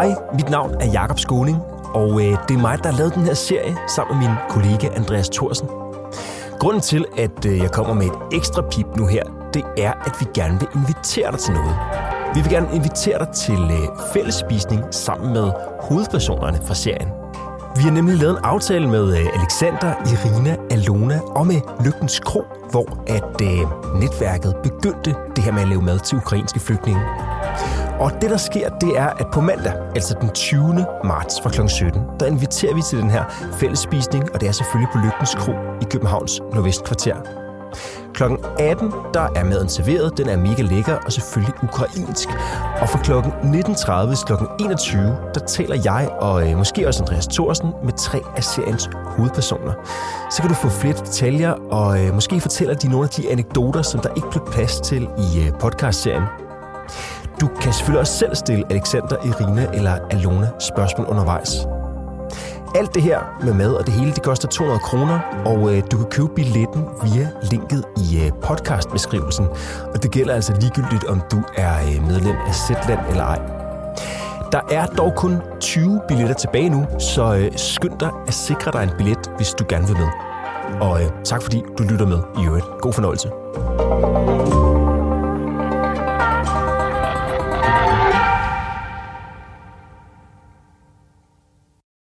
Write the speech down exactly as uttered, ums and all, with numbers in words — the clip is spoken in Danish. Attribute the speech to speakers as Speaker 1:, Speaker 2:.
Speaker 1: Hej, mit navn er Jakob Skåning, og øh, det er mig, der har lavet den her serie sammen med min kollega Andreas Thorsen. Grunden til, at øh, jeg kommer med et ekstra pip nu her, det er, at vi gerne vil invitere dig til noget. Vi vil gerne invitere dig til øh, fællesspisning sammen med hovedpersonerne fra serien. Vi har nemlig lavet en aftale med øh, Alexander, Irina, Alona og med Lygtens Kro, hvor at øh, netværket begyndte det her med at lave mad til ukrainske flygtninge. Og det, der sker, det er, at på mandag, altså den tyvende marts fra klokken sytten, der inviterer vi til den her fællesspisning, og det er selvfølgelig på Lygtens Kro i Københavns Nordvestkvarter. klokken atten, der er maden serveret, den er mega lækker og selvfølgelig ukrainsk. Og fra klokken nitten tredive til klokken enogtyve, der taler jeg og øh, måske også Andreas Thorsen med tre af seriens hovedpersoner. Så kan du få flere detaljer og øh, måske fortæller de nogle af de anekdoter, som der ikke blev plads til i øh, podcastserien. Du kan selvfølgelig også selv stille Alexander, Irina eller Alona spørgsmål undervejs. Alt det her med mad og det hele, det koster to hundrede kroner, og øh, du kan købe billetten via linket i øh, podcastbeskrivelsen. Og det gælder altså ligegyldigt, om du er øh, medlem af Zetland eller ej. Der er dog kun tyve billetter tilbage nu, så øh, skynd dig at sikre dig en billet, hvis du gerne vil med. Og øh, tak fordi du lytter med i øvrigt. God fornøjelse.